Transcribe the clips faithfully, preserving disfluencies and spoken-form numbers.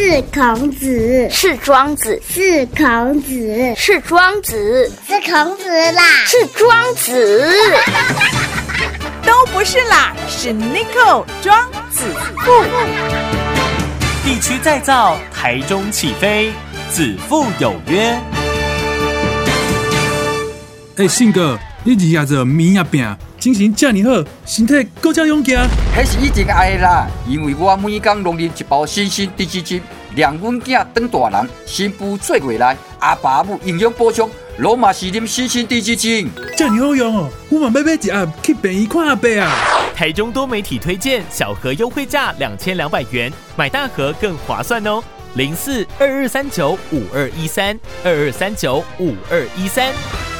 是孔子， 是庄子， 是孔子， 是庄子， 是孔子啦， 是庄子。 都不是啦，是 Nico 庄子富。 地区再造，台中起飞，子父有约。 哎、欸，信哥，你日夜做面啊饼，精神这么好，身体够这勇健。 迄是以前爱的啦，因为我每天拢啉一包新鲜低脂精，让阮囝当大人，新妇做过来，阿爸母营养补充，罗马是啉新鲜低脂精。 这么好用哦，我嘛要买一盒去便宜看阿伯啊。 台中多媒体推荐，小盒优惠价两千两百元，买大盒更划算哦。零四二二三九五二一三二二三九五二一三。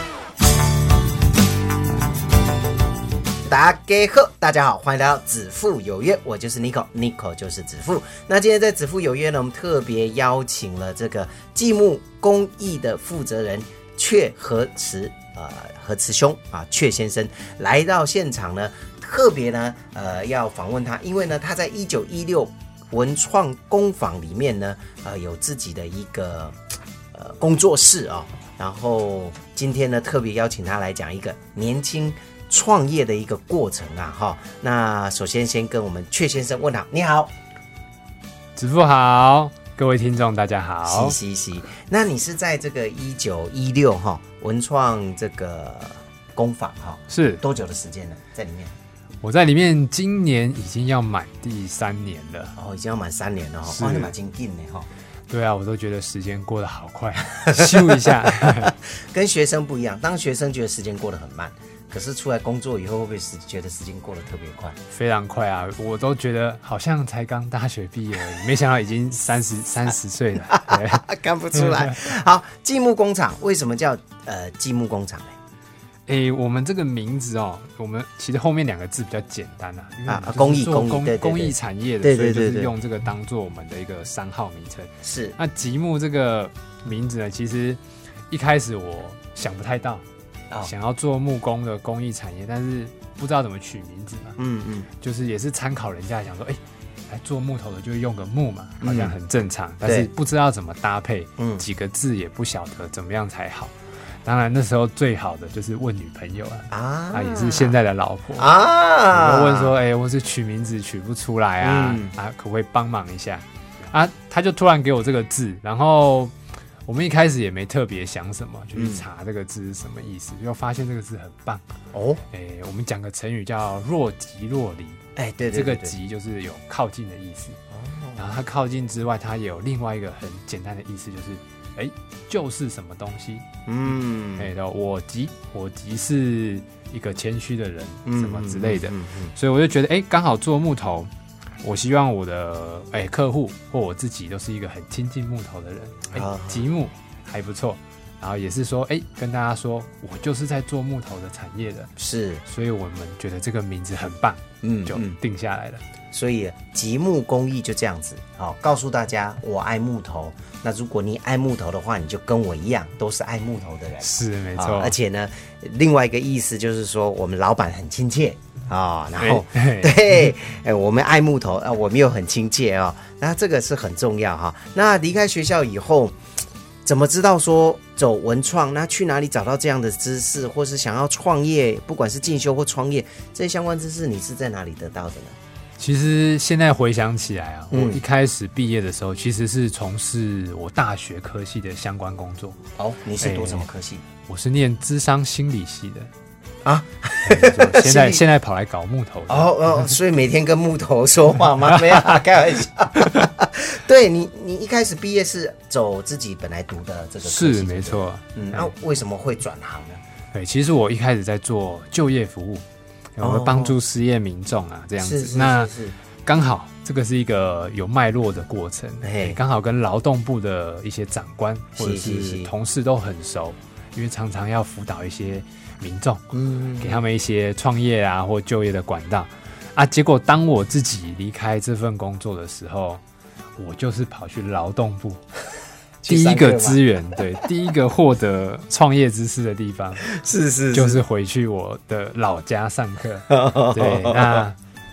大家好，大家好，欢迎来到子父有约，我就是 Nico， Nico 就是子父。那今天在子父有约呢，我们特别邀请了这个继木公益的负责人阙和慈呃和慈兄啊，阙先生来到现场呢，特别呢呃要访问他，因为呢他在一九一六文创工坊里面呢呃有自己的一个呃工作室哦，然后今天呢特别邀请他来讲一个年轻创业的一个过程啊，哈。那首先先跟我们阙先生问好，你好， 子父好，各位听众大家好。 是是是，那你是在这个一九一六哈文创这个工坊哈， 是多久的时间呢？在里面？ 我在里面今年已经要满第三年了。 哦，已经要满三年了哈，哇，你蛮真紧的哈。 对啊，我都觉得时间过得好快，咻一下。 跟学生不一样，当学生觉得时间过得很慢。可是出来工作以后，会不会觉得时间过得特别快？ 非常快啊！我都觉得好像才刚大学毕业而已，没想到已经三十三十岁了， 看不出来。好，继木工厂为什么叫呃继木工厂呢？ 诶，我们这个名字哦，我们其实后面两个字比较简单啊，因为啊，公益工公益工益产业的， 对对对对， 所以就是用这个当做我们的一个商号名称。 是， 那继木这个名字呢，其实一开始我想不太到。Oh. 想要做木工的工艺产业，但是不知道怎么取名字嘛。嗯嗯，就是也是参考人家想说，哎、欸，来做木头的就用个木嘛，好像很正常。嗯、但是不知道怎么搭配，嗯，几个字也不晓得怎么样才好。当然那时候最好的就是问女朋友啊，啊，啊也是现在的老婆啊，我问说，哎、欸，我是取名字取不出来啊，嗯、啊，可不可以帮忙一下？啊，他就突然给我这个字，然后。我们一开始也没特别想什么，就去查这个字是什么意思，就、嗯、发现这个字很棒哦。哎、欸，我们讲个成语叫若即若离。哎，对 对, 对, 对，这个即就是有靠近的意思。哦，然后它靠近之外，它也有另外一个很简单的意思，就是哎、欸，就是什么东西。嗯，哎、欸，我即我即是一个谦虚的人，什么之类的。嗯嗯嗯嗯、所以我就觉得，哎、欸，刚好做木头。我希望我的、欸、客户或我自己都是一个很亲近木头的人，哎，继木还不错，然后也是说，哎、欸，跟大家说我就是在做木头的产业的， 是， 所以我们觉得这个名字很棒，嗯，就定下来了。 所以继木工艺就这样子，好，告诉大家我爱木头。那如果你爱木头的话，你就跟我一样，都是爱木头的人， 是没错。 而且呢，另外一个意思就是说，我们老板很亲切。哦，然后对，哎，我们爱木头啊，我们又很亲切哦，那这个是很重要哈。那离开学校以后，怎么知道说走文创？那去哪里找到这样的知识，或是想要创业，不管是进修或创业，这些相关知识你是在哪里得到的呢？ 其实现在回想起来啊，嗯、我一开始毕业的时候，其实是从事我大学科系的相关工作。 哦，你是读什么科系？ 我是念諮商心理系的。 啊， 现在现在跑来搞木头哦哦，所以每天跟木头说话吗？没有，开玩笑。对你，你一开始毕业是走自己本来读的这个科系， 是没错。 嗯，那、啊、为什么会转行呢？ 对，其实我一开始在做就业服务，我们帮助失业民众啊，这样子。是是是是那刚好这个是一个有脉络的过程，刚好跟劳动部的一些长官或者是同事都很熟，因为常常要辅导一些。民众，嗯，给他们一些创业啊或就业的管道啊。结果当我自己离开这份工作的时候，我就是跑去劳动部，第一个资源，对，第一个获得创业知识的地方， 是 是, 是， 就是回去我的老家上课。对，那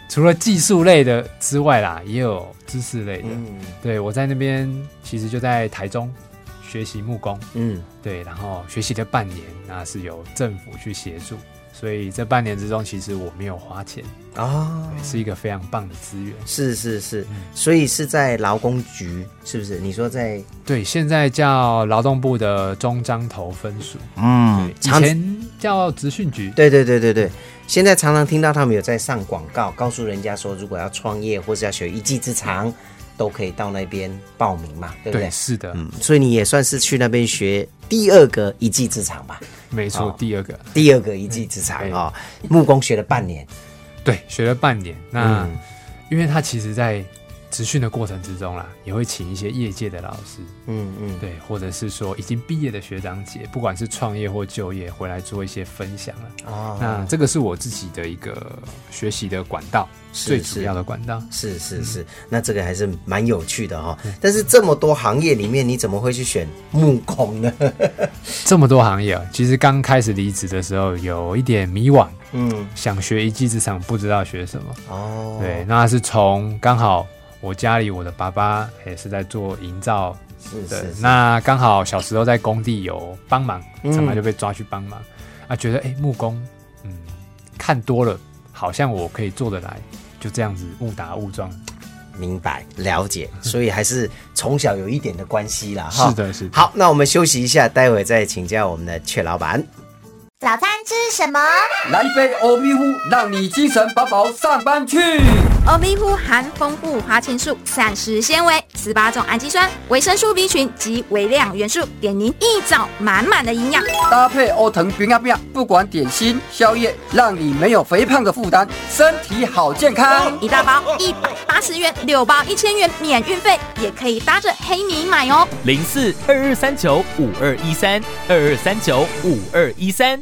除了技术类的之外啦，也有知识类的。 嗯， 对，我在那边其实就在台中学习木工， 嗯， 对，然后学习了半年，那是由政府去协助，所以这半年之中，其实我没有花钱哦， 是一个非常棒的资源。 是是是，嗯、所以是在劳工局，是不是？你说在？ 对，现在叫劳动部的中彰投分署， 嗯， 以前叫职训局。 对对对对对。现在常常听到他们有在上广告，告诉人家说，如果要创业或是要学一技之长，都可以到那边报名嘛，对不对？ 对，是的。 嗯，所以你也算是去那边学第二个一技之长吧？ 没错，哦、第二个， 第二个一技之长哦。木工学了半年， 对，学了半年。那、嗯、因为他其实在职训的过程之中啦，也会请一些业界的老师，嗯嗯，对，或者是说已经毕业的学长姐，不管是创业或就业，回来做一些分享了。哦，那这个是我自己的一个学习的管道，最主要的管道。 是是是，嗯、那这个还是蛮有趣的哈、哦。嗯、但是这么多行业里面，你怎么会去选木工呢？ 这么多行业啊，其实刚开始离职的时候有一点迷惘，嗯，想学一技之长，不知道学什么。哦，对，那是从刚好。我家里我的爸爸也是在做营造的，那刚好小时候在工地有帮忙，常常就被抓去帮忙，啊，觉得哎、欸、木工，嗯，看多了，好像我可以做得来，就这样子误打误撞。 明白了解，所以还是从小有一点的关系啦。 是的，是的。 好，那我们休息一下，待会再请教我们的阙老板。 早餐吃什么？ 来一杯欧米糊，让你精神饱饱上班去。 欧米糊含丰富花青素、膳食纤维、十八种氨基酸、维生素 B 群及微量元素，给您一早满满的营养。 搭配欧腾饼啊饼，不管点心、宵夜，让你没有肥胖的负担，身体好健康。 一大包一百八十元，六包一千元，免运费，也可以搭着黑米买哦。 零四二二三九五二一三二二三九五二一三。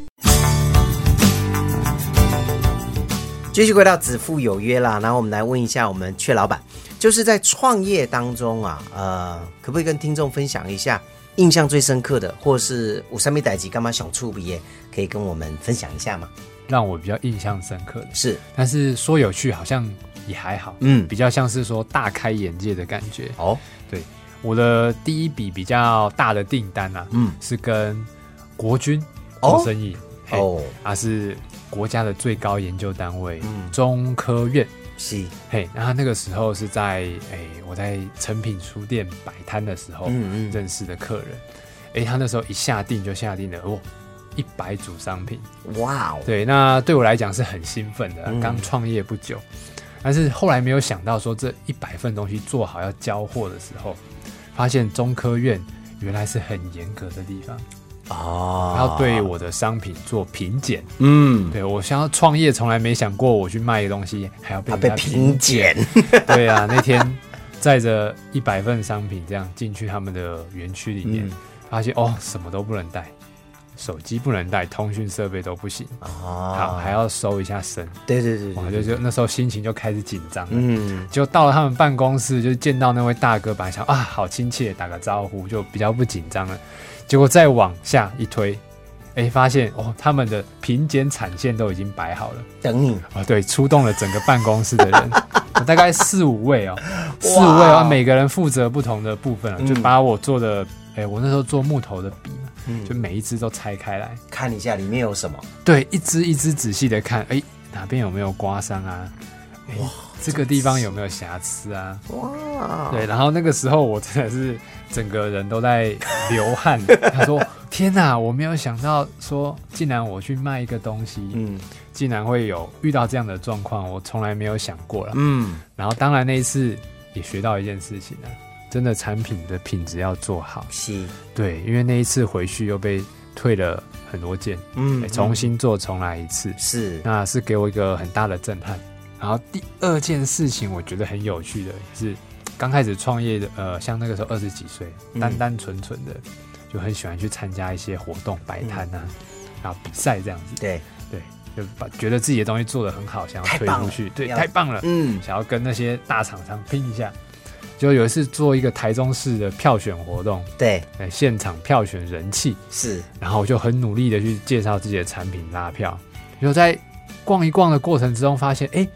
继续回到子父有约啦，然后我们来问一下我们阙老板，就是在创业当中啊，呃，可不可以跟听众分享一下印象最深刻的，或是有什么代志干嘛想触笔，可以跟我们分享一下吗？ 让我比较印象深刻的是， 但是说有趣好像也还好，嗯，比较像是说大开眼界的感觉。哦，对，我的第一笔比较大的订单啊，嗯，是跟国军做生意，哦，它是国家的最高研究单位，嗯，中科院。 是， 嘿，然后那个时候是在哎，我在诚品书店摆摊的时候，嗯嗯，认识的客人，哎，他那时候一下定就下定了哦，一百组商品，哇哦，对，那对我来讲是很兴奋的，嗯，刚创业不久，但是后来没有想到说这一百份东西做好要交货的时候，发现中科院原来是很严格的地方。哦，要对我的商品做评检，嗯，对，我想要创业，从来没想过我去卖的东西还要被人家评检。对啊，那天载着一百份商品这样进去他们的园区里面，嗯，发现哦，什么都不能带，手机不能带，通讯设备都不行，哦，好，还要收一下身。对对 对, 对, 对，我就就那时候心情就开始紧张了，嗯，就到了他们办公室，就见到那位大哥，本来想啊，好亲切，打个招呼，就比较不紧张了。结果再往下一推，哎，发现哦，他们的评检产线都已经摆好了， 等你哦，对，出动了整个办公室的人，大概四五位哦，四五位哦，每个人负责不同的部分，嗯，就把我做的，哎，我那时候做木头的笔嘛，嗯，就每一支都拆开来看一下里面有什么， 对，一支一支仔细的看，哎，哪边有没有刮伤啊？哇，这个地方有没有瑕疵啊？哇，对，然后那个时候我真的是整个人都在流汗。他说：“天哪，我没有想到说，竟然我去卖一个东西，嗯，竟然会有遇到这样的状况，我从来没有想过了。”嗯，然后当然那一次也学到一件事情啊，真的产品的品质要做好。是，对，因为那一次回去又被退了很多件，嗯，欸，重新做，重来一次，是，那是给我一个很大的震撼。然后第二件事情，我觉得很有趣的是，刚开始创业的，呃，像那个时候二十几岁，单单纯纯的，就很喜欢去参加一些活动、摆摊啊，嗯，然后比赛这样子。对对，就把觉得自己的东西做得很好，想要推出去，对，太棒了，嗯，想要跟那些大厂商拼一下。就有一次做一个台中市的票选活动，对，呃，现场票选人气是，然后我就很努力的去介绍自己的产品，拉票，就在逛一逛的过程之中，发现哎，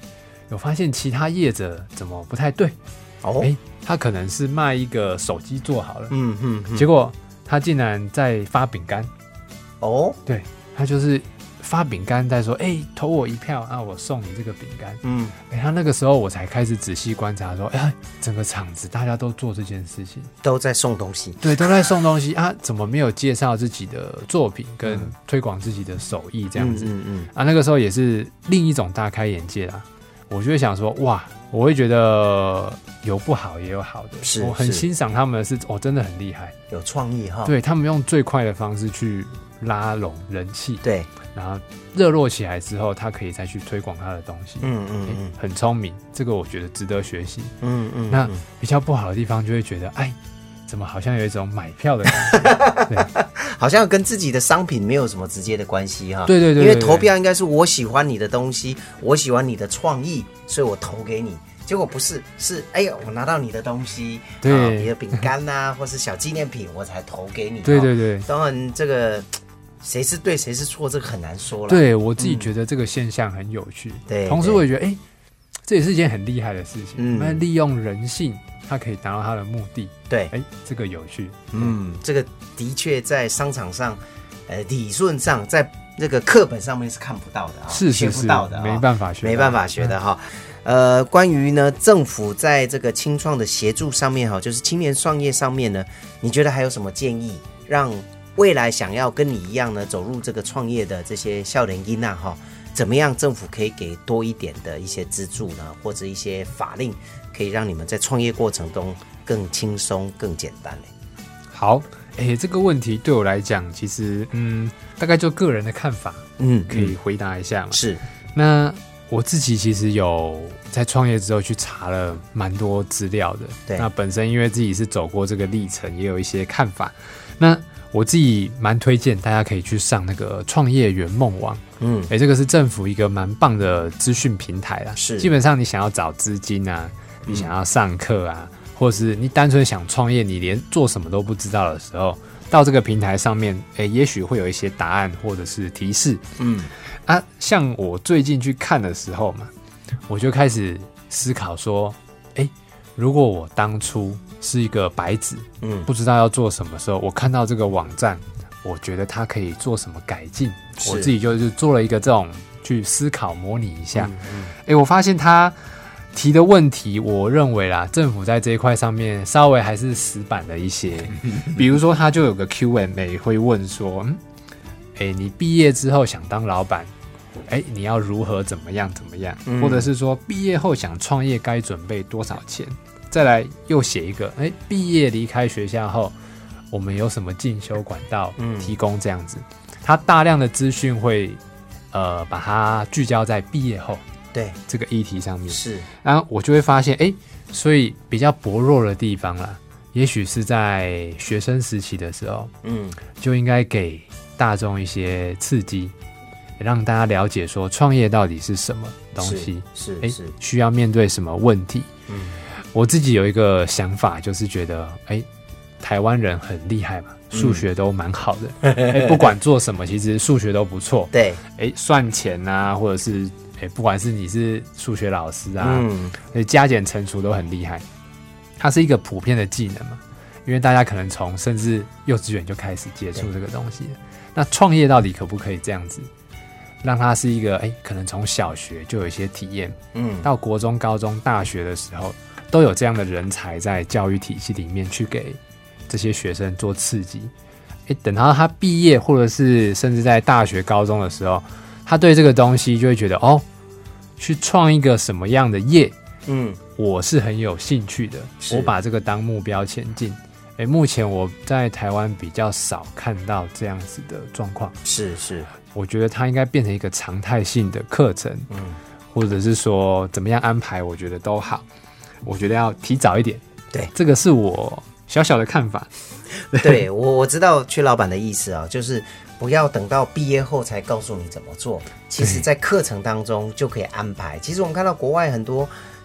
有发现其他业者怎么不太对哦，哎，他可能是卖一个手机做好了，嗯嗯，嗯结果他竟然在发饼干哦，对，他就是发饼干在说，哎、欸，投我一票啊，我送你这个饼干。嗯，哎、欸，他那个时候我才开始仔细观察说，哎、欸，整个场子大家都做这件事情， 都在送东西， 对，都在送东西啊，怎么没有介绍自己的作品跟推广自己的手艺这样子？嗯 嗯, 嗯啊，那个时候也是另一种大开眼界啦。我就会想说，哇，我会觉得有不好也有好的，是我很欣赏他们的是，我、哦、真的很厉害， 有创意哈。 对他们用最快的方式去拉拢人气， 对。 然后热络起来之后，他可以再去推广他的东西。嗯嗯嗯，很聪明，这个我觉得值得学习。嗯嗯，那比较不好的地方就会觉得，哎，怎么好像有一种买票的感觉？对， 好像跟自己的商品没有什么直接的关系哈。 对对 对, 对, 对， 因为投票应该是我喜欢你的东西，我喜欢你的创意，所以我投给你。结果不是，是哎呀，我拿到你的东西，对，啊、你的饼干呐，或是小纪念品，我才投给你。 对对对， 当然这个。谁是对谁是错，这个很难说了。 对，我自己觉得这个现象很有趣，对、嗯，同时我也觉得，哎，这也是一件很厉害的事情。嗯，那利用人性，它可以达到它的目的。 对， 哎，这个有趣。 嗯，这个的确在商场上，呃，理论上在这个课本上面是看不到的啊， 是学不到的、哦， 没办法学， 没办法学的哈、嗯。呃，关于呢，政府在这个青创的协助上面哈，就是青年创业上面呢，你觉得还有什么建议让？未来想要跟你一样呢，走入这个创业的这些少年囡仔哈，怎么样政府可以给多一点的一些资助呢，或者一些法令，可以让你们在创业过程中更轻松、更简单呢？ 好，哎、欸，这个问题对我来讲，其实嗯，大概就个人的看法，嗯，可以回答一下嘛。 是， 那我自己其实有在创业之后去查了蛮多资料的，对，那本身因为自己是走过这个历程，也有一些看法，那。我自己蛮推荐大家可以去上那个创业圆梦网，嗯，哎、欸，这个是政府一个蛮棒的资讯平台啦。是，基本上你想要找资金啊，你想要上课啊，嗯、或是你单纯想创业，你连做什么都不知道的时候，到这个平台上面，哎、欸，也许会有一些答案或者是提示。嗯，啊，像我最近去看的时候嘛，我就开始思考说，哎、欸，如果我当初是一个白纸，嗯，不知道要做什么时候，我看到这个网站，我觉得它可以做什么改进，我自己就是做了一个这种去思考模拟一下。哎、嗯嗯欸，我发现他提的问题，我认为啦，政府在这一块上面稍微还是死板了一些。比如说，他就有个 Q and A 会问说，嗯，哎、欸，你毕业之后想当老板，哎、欸，你要如何怎么样怎么样，嗯、或者是说毕业后想创业该准备多少钱？再来又写一个，哎，毕业离开学校后，我们有什么进修管道提供这样子？嗯、他大量的资讯会，呃，把它聚焦在毕业后对这个议题上面。 是， 然后我就会发现，哎，所以比较薄弱的地方啦，也许是在学生时期的时候，嗯，就应该给大众一些刺激，让大家了解说创业到底是什么东西， 是是是， 需要面对什么问题，嗯。我自己有一个想法，就是觉得，哎，台湾人很厉害嘛，数学都蛮好的，哎、嗯，不管做什么，其实数学都不错。对，哎，算钱啊，或者是，哎，不管是你是数学老师啊，嗯，加减乘除都很厉害。它是一个普遍的技能嘛，因为大家可能从甚至幼稚园就开始接触这个东西了。那创业到底可不可以这样子？让它是一个，哎，可能从小学就有一些体验，嗯，到国中、高中、大学的时候。都有这样的人才在教育体系里面去给这些学生做刺激，诶，等到他毕业或者是甚至在大学高中的时候，他对这个东西就会觉得哦，去创一个什么样的业，嗯，我是很有兴趣的，我把这个当目标前进。诶，目前我在台湾比较少看到这样子的状况， 是是， 我觉得它应该变成一个常态性的课程，嗯，或者是说怎么样安排，我觉得都好。我觉得要提早一点， 对， 这个是我小小的看法。 对，我我知道阙老板的意思啊，就是不要等到毕业后才告诉你怎么做，其实在课程当中就可以安排。其实我们看到国外很多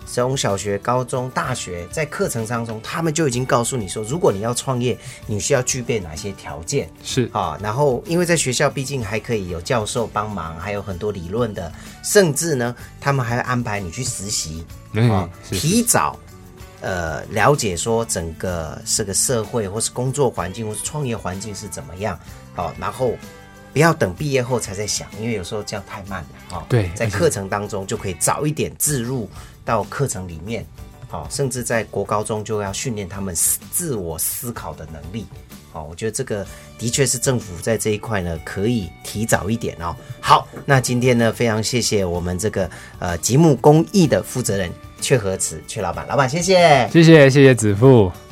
从小学、高中、大学，在课程当中，他们就已经告诉你说，如果你要创业，你需要具备哪些条件？ 是啊，然后因为在学校，毕竟还可以有教授帮忙，还有很多理论的，甚至呢，他们还会安排你去实习， 嗯、 啊，提早呃了解说整个这个社会或是工作环境或是创业环境是怎么样，好、啊，然后不要等毕业后才在想，因为有时候这样太慢了啊。 对， 在课程当中就可以早一点置入到课程里面，好，甚至在国高中就要训练他们自我思考的能力。哦，我觉得这个的确是政府在这一块呢可以提早一点哦。好，那今天呢非常谢谢我们这个呃吉木工艺的负责人阙和慈阙老板，老板谢谢， 谢谢谢谢子父。